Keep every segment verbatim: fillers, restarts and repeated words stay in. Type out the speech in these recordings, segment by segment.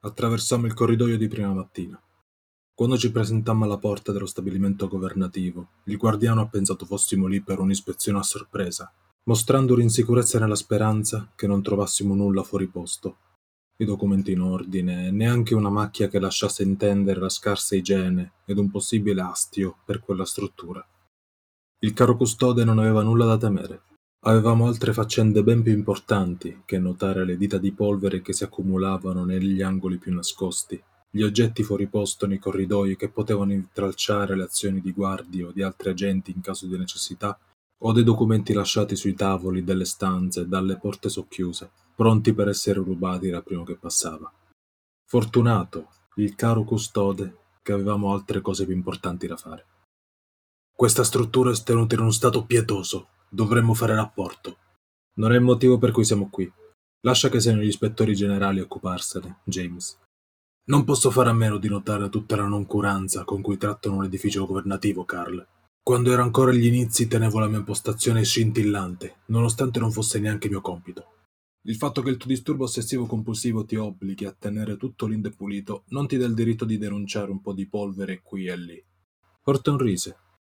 Attraversammo il corridoio di prima mattina. Quando ci presentammo alla porta dello stabilimento governativo, il guardiano ha pensato fossimo lì per un'ispezione a sorpresa, mostrando l'insicurezza nella speranza che non trovassimo nulla fuori posto. I documenti in ordine, neanche una macchia che lasciasse intendere la scarsa igiene ed un possibile astio per quella struttura. Il caro custode non aveva nulla da temere. Avevamo altre faccende ben più importanti che notare le dita di polvere che si accumulavano negli angoli più nascosti, gli oggetti fuori posto nei corridoi che potevano intralciare le azioni di guardie o di altri agenti in caso di necessità, o dei documenti lasciati sui tavoli delle stanze dalle porte socchiuse, pronti per essere rubati dal primo che passava. Fortunato, il caro custode, che avevamo altre cose più importanti da fare. Questa struttura è tenuta in uno stato pietoso. Dovremmo fare rapporto. Non è il motivo per cui siamo qui. Lascia che siano gli ispettori generali a occuparsene, James. Non posso fare a meno di notare tutta la noncuranza con cui trattano l'edificio governativo, Carl. Quando ero ancora agli inizi tenevo la mia postazione scintillante, nonostante non fosse neanche mio compito. Il fatto che il tuo disturbo ossessivo-compulsivo ti obblighi a tenere tutto lindo e pulito non ti dà il diritto di denunciare un po' di polvere qui e lì. Horton rise.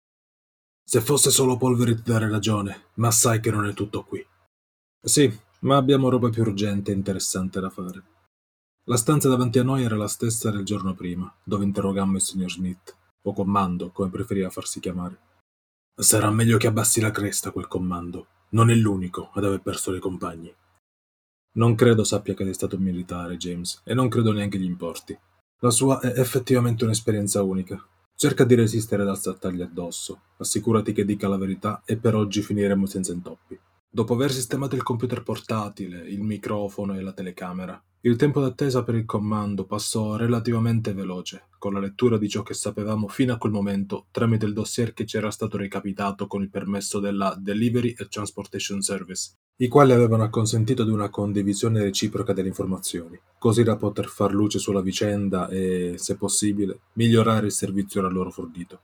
Se fosse solo polvere ti darei ragione, ma sai che non è tutto qui. Sì, ma abbiamo roba più urgente e interessante da fare. La stanza davanti a noi era la stessa del giorno prima, dove interrogammo il signor Smith, o Commando, come preferiva farsi chiamare. Sarà meglio che abbassi la cresta quel Commando. Non è l'unico ad aver perso dei compagni. Non credo sappia che sei stato un militare, James, e non credo neanche gli importi. La sua è effettivamente un'esperienza unica. Cerca di resistere dal saltargli addosso, assicurati che dica la verità e per oggi finiremo senza intoppi. Dopo aver sistemato il computer portatile, il microfono e la telecamera, il tempo d'attesa per il comando passò relativamente veloce, con la lettura di ciò che sapevamo fino a quel momento tramite il dossier che ci era stato recapitato con il permesso della Delivery and Transportation Service, i quali avevano acconsentito ad una condivisione reciproca delle informazioni, così da poter far luce sulla vicenda e, se possibile, migliorare il servizio da loro fornito.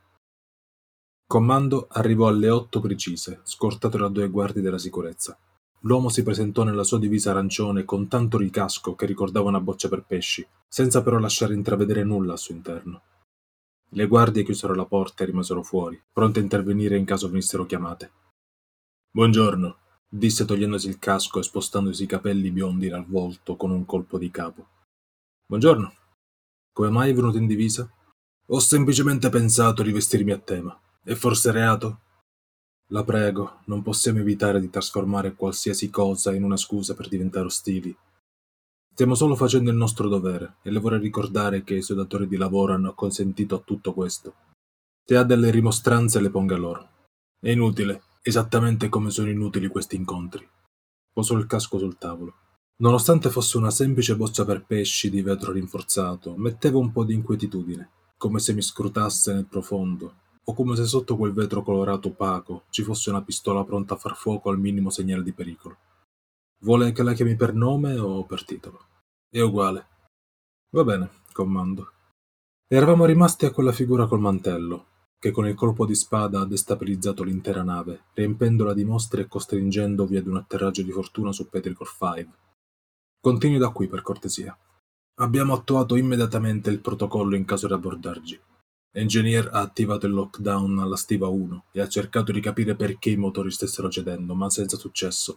Comando arrivò alle otto precise, scortato da due guardie della sicurezza. L'uomo si presentò nella sua divisa arancione con tanto ricasco che ricordava una boccia per pesci, senza però lasciare intravedere nulla al suo interno. Le guardie chiusero la porta e rimasero fuori, pronte a intervenire in caso venissero chiamate. Buongiorno, disse togliendosi il casco e spostandosi i capelli biondi dal volto con un colpo di capo. Buongiorno. Come mai è venuto in divisa? Ho semplicemente pensato di vestirmi a tema. È forse reato? La prego, non possiamo evitare di trasformare qualsiasi cosa in una scusa per diventare ostili. Stiamo solo facendo il nostro dovere e le vorrei ricordare che i suoi datori di lavoro hanno acconsentito a tutto questo. Se ha delle rimostranze le ponga loro. È inutile, esattamente come sono inutili questi incontri. Posò il casco sul tavolo. Nonostante fosse una semplice boccia per pesci di vetro rinforzato, metteva un po' di inquietudine, come se mi scrutasse nel profondo, o come se sotto quel vetro colorato opaco ci fosse una pistola pronta a far fuoco al minimo segnale di pericolo. Vuole che la chiami per nome o per titolo? È uguale. Va bene, comando. Eravamo rimasti a quella figura col mantello, che con il colpo di spada ha destabilizzato l'intera nave, riempendola di mostri e costringendovi ad un atterraggio di fortuna su Petrichor cinque. Continui da qui, per cortesia. Abbiamo attuato immediatamente il protocollo in caso di abbordarci. Engineer ha attivato il lockdown alla stiva uno e ha cercato di capire perché i motori stessero cedendo, ma senza successo.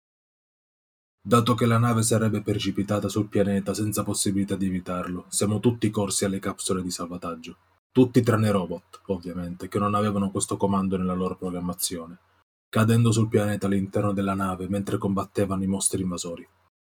Dato che la nave sarebbe precipitata sul pianeta senza possibilità di evitarlo, siamo tutti corsi alle capsule di salvataggio. Tutti tranne robot, ovviamente, che non avevano questo comando nella loro programmazione, cadendo sul pianeta all'interno della nave mentre combattevano i mostri invasori.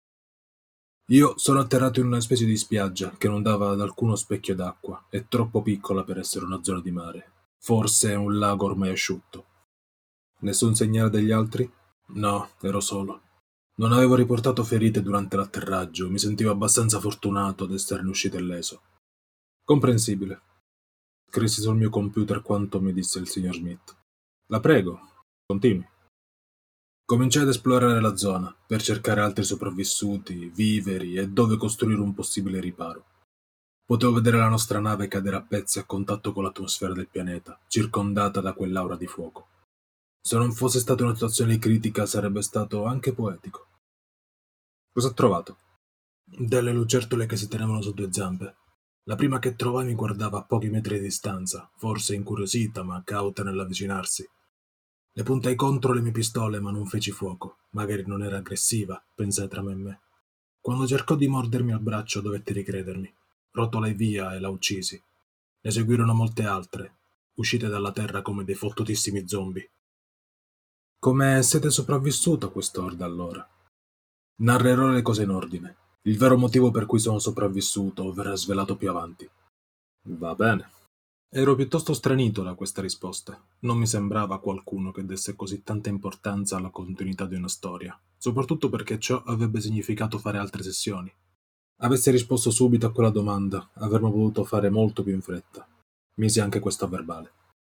Io sono atterrato in una specie di spiaggia che non dava ad alcuno specchio d'acqua, è troppo piccola per essere una zona di mare. Forse è un lago ormai asciutto. Nessun segnale degli altri? No, ero solo. Non avevo riportato ferite durante l'atterraggio, mi sentivo abbastanza fortunato ad esserne uscito illeso. Comprensibile. Scrissi sul mio computer quanto mi disse il signor Smith. La prego, continui. Cominciai ad esplorare la zona, per cercare altri sopravvissuti, viveri e dove costruire un possibile riparo. Potevo vedere la nostra nave cadere a pezzi a contatto con l'atmosfera del pianeta, circondata da quell'aura di fuoco. Se non fosse stata una situazione critica sarebbe stato anche poetico. Cosa ha trovato? Delle lucertole che si tenevano su due zampe. La prima che trovai mi guardava a pochi metri di distanza, forse incuriosita ma cauta nell'avvicinarsi. Le puntai contro le mie pistole ma non feci fuoco. Magari non era aggressiva, pensai tra me e me. Quando cercò di mordermi al braccio dovetti ricredermi. Rotolai via e la uccisi. Ne seguirono molte altre, uscite dalla terra come dei fottutissimi zombie. Come siete sopravvissuto a quest'orda allora? Narrerò le cose in ordine. Il vero motivo per cui sono sopravvissuto verrà svelato più avanti. Va bene. Ero piuttosto stranito da questa risposta. Non mi sembrava qualcuno che desse così tanta importanza alla continuità di una storia, soprattutto perché ciò avrebbe significato fare altre sessioni. Avessi risposto subito a quella domanda, avremmo potuto fare molto più in fretta. Misi anche questo a verbale.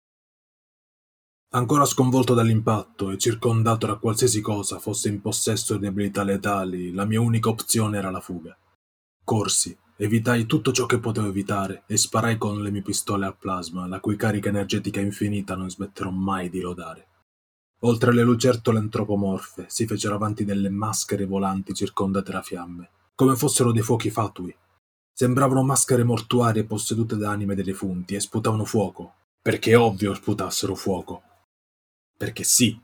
Ancora sconvolto dall'impatto e circondato da qualsiasi cosa fosse in possesso di abilità letali, la mia unica opzione era la fuga. Corsi, evitai tutto ciò che potevo evitare e sparai con le mie pistole a plasma, la cui carica energetica infinita non smetterò mai di lodare. Oltre alle lucertole antropomorfe, si fecero avanti delle maschere volanti circondate da fiamme, come fossero dei fuochi fatui. Sembravano maschere mortuarie possedute da anime dei defunti e sputavano fuoco. Perché è ovvio sputassero fuoco. Perché sì.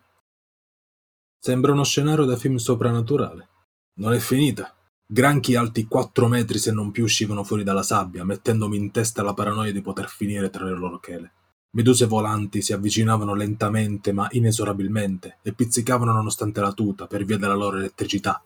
Sembra uno scenario da film soprannaturale. Non è finita. Granchi alti quattro metri se non più uscivano fuori dalla sabbia, mettendomi in testa la paranoia di poter finire tra le loro chele. Meduse volanti si avvicinavano lentamente ma inesorabilmente e pizzicavano nonostante la tuta per via della loro elettricità.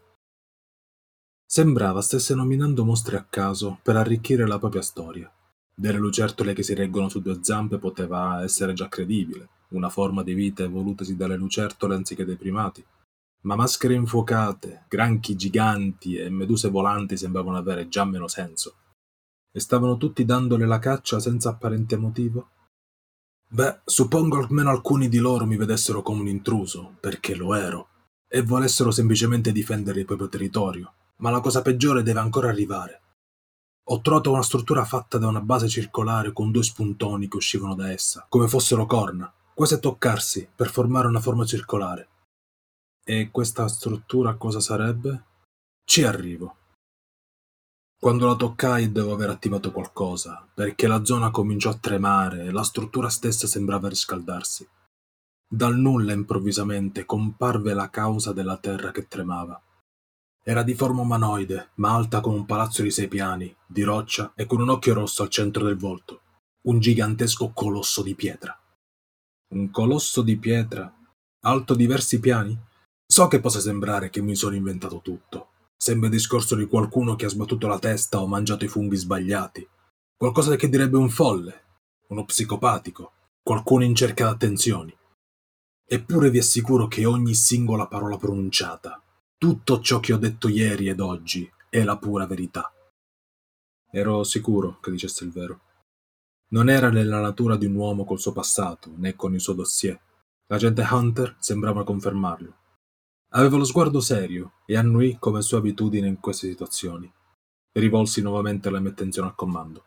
Sembrava stesse nominando mostri a caso per arricchire la propria storia. Delle lucertole che si reggono su due zampe poteva essere già credibile, una forma di vita evolutasi dalle lucertole anziché dai primati. Ma maschere infuocate, granchi giganti e meduse volanti sembravano avere già meno senso. E stavano tutti dandole la caccia senza apparente motivo? Beh, suppongo almeno alcuni di loro mi vedessero come un intruso, perché lo ero, e volessero semplicemente difendere il proprio territorio. Ma la cosa peggiore deve ancora arrivare. Ho trovato una struttura fatta da una base circolare con due spuntoni che uscivano da essa, come fossero corna, quasi a toccarsi per formare una forma circolare. E questa struttura cosa sarebbe? Ci arrivo. Quando la toccai devo aver attivato qualcosa, perché la zona cominciò a tremare e la struttura stessa sembrava riscaldarsi. Dal nulla improvvisamente comparve la causa della terra che tremava. Era di forma umanoide, ma alta come un palazzo di sei piani, di roccia e con un occhio rosso al centro del volto. Un gigantesco colosso di pietra. Un colosso di pietra? Alto diversi piani? So che possa sembrare che mi sono inventato tutto. Sembra il discorso di qualcuno che ha sbattuto la testa o mangiato i funghi sbagliati. Qualcosa che direbbe un folle, uno psicopatico, qualcuno in cerca d'attenzioni. Eppure vi assicuro che ogni singola parola pronunciata, tutto ciò che ho detto ieri ed oggi, è la pura verità. Ero sicuro che dicesse il vero. Non era nella natura di un uomo col suo passato, né con il suo dossier. L'agente Hunter sembrava confermarlo. Aveva lo sguardo serio e annuì come sua abitudine in queste situazioni. Rivolsi nuovamente la mia attenzione al comando.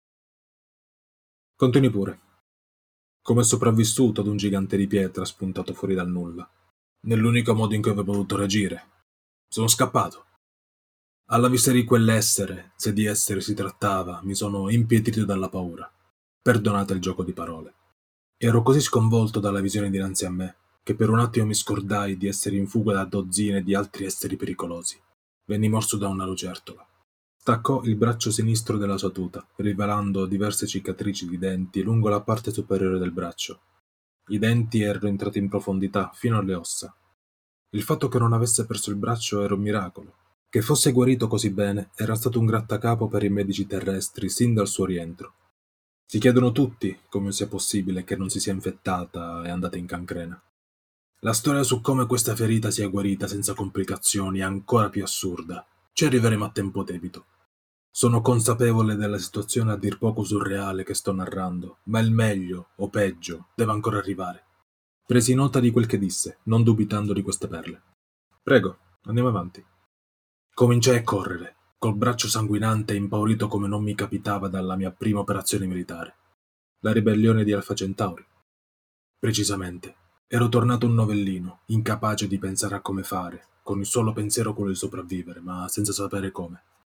Continui pure. Come sopravvissuto ad un gigante di pietra spuntato fuori dal nulla. Nell'unico modo in cui avevo potuto reagire. Sono scappato. Alla vista di quell'essere, se di essere si trattava, mi sono impietrito dalla paura. Perdonate il gioco di parole. Ero così sconvolto dalla visione dinanzi a me, che per un attimo mi scordai di essere in fuga da dozzine di altri esseri pericolosi. Venni morso da una lucertola. Staccò il braccio sinistro della sua tuta, rivelando diverse cicatrici di denti lungo la parte superiore del braccio. I denti erano entrati in profondità, fino alle ossa. Il fatto che non avesse perso il braccio era un miracolo. Che fosse guarito così bene era stato un grattacapo per i medici terrestri sin dal suo rientro. Si chiedono tutti come sia possibile che non si sia infettata e andata in cancrena. La storia su come questa ferita sia guarita senza complicazioni è ancora più assurda. Ci arriveremo a tempo debito. Sono consapevole della situazione a dir poco surreale che sto narrando, ma il meglio, o peggio, deve ancora arrivare. Presi nota di quel che disse, non dubitando di queste perle. Prego, andiamo avanti. Cominciai a correre, col braccio sanguinante e impaurito come non mi capitava dalla mia prima operazione militare. La ribellione di Alpha Centauri. Precisamente. Ero tornato un novellino, incapace di pensare a come fare, con il solo pensiero quello di sopravvivere, ma senza sapere come.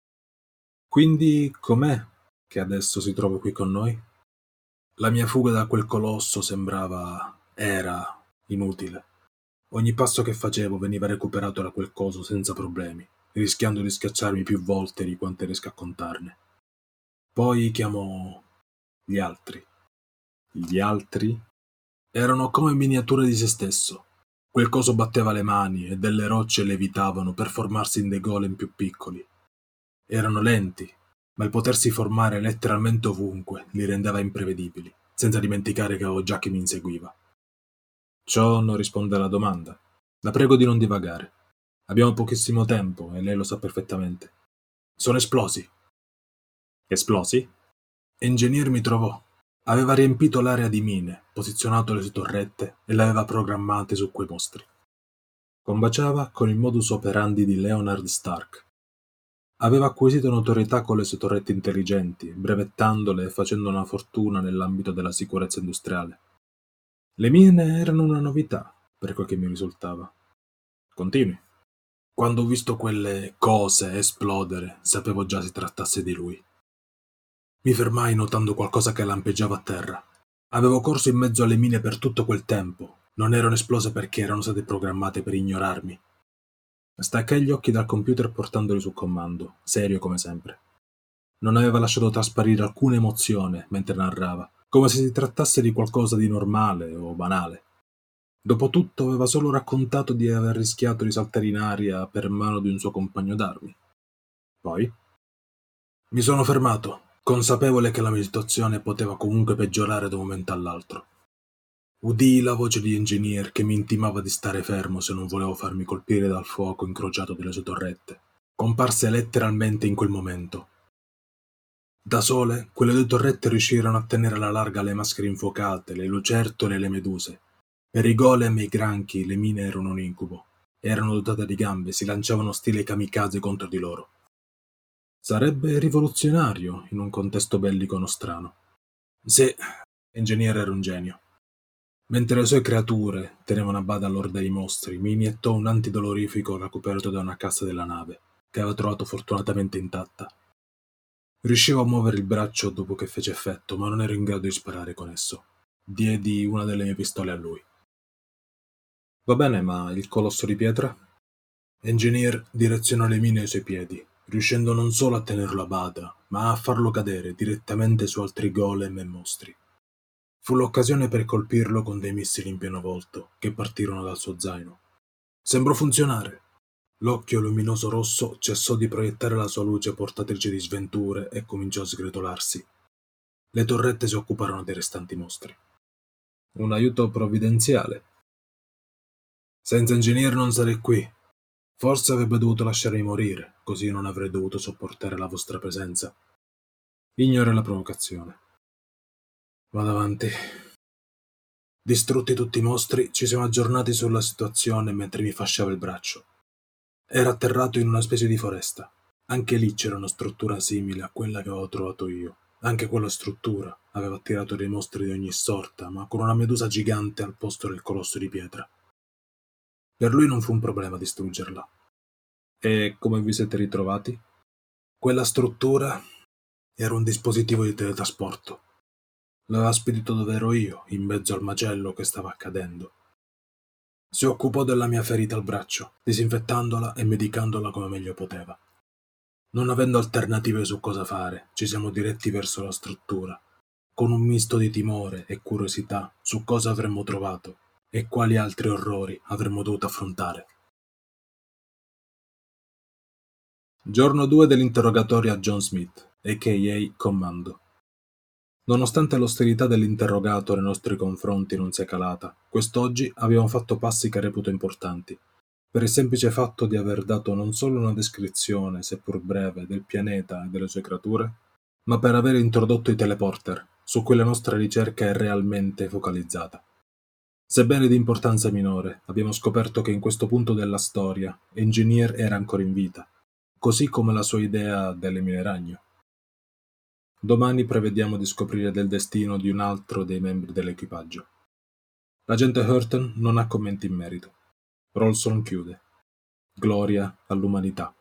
Quindi com'è che adesso si trova qui con noi? La mia fuga da quel colosso sembrava... era... inutile. Ogni passo che facevo veniva recuperato da quel coso senza problemi, rischiando di schiacciarmi più volte di quante riesco a contarne. Poi chiamò gli altri. Gli altri erano come miniature di se stesso. Quel coso batteva le mani e delle rocce levitavano per formarsi in dei golem più piccoli. Erano lenti, ma il potersi formare letteralmente ovunque li rendeva imprevedibili, senza dimenticare che avevo già chi mi inseguiva. Ciò non risponde alla domanda. La prego di non divagare. Abbiamo pochissimo tempo e lei lo sa perfettamente. Sono esplosi. Esplosi? Engineer mi trovò. Aveva riempito l'area di mine, posizionato le sue torrette e le aveva programmate su quei mostri. Combaciava con il modus operandi di Leonard Stark. Aveva acquisito notorietà con le sue torrette intelligenti, brevettandole e facendo una fortuna nell'ambito della sicurezza industriale. Le mine erano una novità, per quel che mi risultava. Continui. Quando ho visto quelle cose esplodere, sapevo già si trattasse di lui. Mi fermai notando qualcosa che lampeggiava a terra. Avevo corso in mezzo alle mine per tutto quel tempo. Non erano esplose perché erano state programmate per ignorarmi. Staccai gli occhi dal computer portandoli sul comando, serio come sempre. Non aveva lasciato trasparire alcuna emozione mentre narrava, come se si trattasse di qualcosa di normale o banale. Dopotutto aveva solo raccontato di aver rischiato di saltare in aria per mano di un suo compagno d'armi. Poi mi sono fermato, consapevole che la mia situazione poteva comunque peggiorare da un momento all'altro. Udii la voce di Engineer che mi intimava di stare fermo se non volevo farmi colpire dal fuoco incrociato delle sue torrette. Comparse letteralmente in quel momento. Da sole, quelle due torrette riuscirono a tenere alla larga le maschere infuocate, le lucertole e le meduse. Per i golem e i granchi le mine erano un incubo. Erano dotate di gambe e si lanciavano stile kamikaze contro di loro. Sarebbe rivoluzionario in un contesto bellico nostrano. Sì, Engineer era un genio. Mentre le sue creature tenevano a bada l'orda di mostri, mi iniettò un antidolorifico recuperato da una cassa della nave, che aveva trovato fortunatamente intatta. Riuscivo a muovere il braccio dopo che fece effetto, ma non ero in grado di sparare con esso. Diedi una delle mie pistole a lui. Va bene, ma il colosso di pietra? Engineer direzionò le mine ai suoi piedi, riuscendo non solo a tenerlo a bada, ma a farlo cadere direttamente su altri golem e mostri. Fu l'occasione per colpirlo con dei missili in pieno volto, che partirono dal suo zaino. Sembrò funzionare. L'occhio luminoso rosso cessò di proiettare la sua luce portatrice di sventure e cominciò a sgretolarsi. Le torrette si occuparono dei restanti mostri. Un aiuto provvidenziale. Senza Engineer non sarei qui. Forse avrebbe dovuto lasciarmi morire, così non avrei dovuto sopportare la vostra presenza. Ignora la provocazione. Vado avanti. Distrutti tutti i mostri, ci siamo aggiornati sulla situazione mentre mi fasciava il braccio. Era atterrato in una specie di foresta. Anche lì c'era una struttura simile a quella che avevo trovato io. Anche quella struttura aveva attirato dei mostri di ogni sorta, ma con una medusa gigante al posto del colosso di pietra. Per lui non fu un problema distruggerla. E come vi siete ritrovati? Quella struttura era un dispositivo di teletrasporto. L'aveva spedito dove ero io, in mezzo al macello che stava accadendo. Si occupò della mia ferita al braccio, disinfettandola e medicandola come meglio poteva. Non avendo alternative su cosa fare, ci siamo diretti verso la struttura, con un misto di timore e curiosità su cosa avremmo trovato e quali altri orrori avremmo dovuto affrontare. Giorno due dell'interrogatorio a John Smith, a k a. Commando. Nonostante l'ostilità dell'interrogato nei nostri confronti non sia calata, quest'oggi abbiamo fatto passi che reputo importanti, per il semplice fatto di aver dato non solo una descrizione, seppur breve, del pianeta e delle sue creature, ma per aver introdotto i teleporter, su cui la nostra ricerca è realmente focalizzata. Sebbene di importanza minore, abbiamo scoperto che in questo punto della storia Engineer era ancora in vita, così come la sua idea delle mine ragno. Domani prevediamo di scoprire del destino di un altro dei membri dell'equipaggio. L'agente Hurton non ha commenti in merito. Rolson chiude. Gloria all'umanità.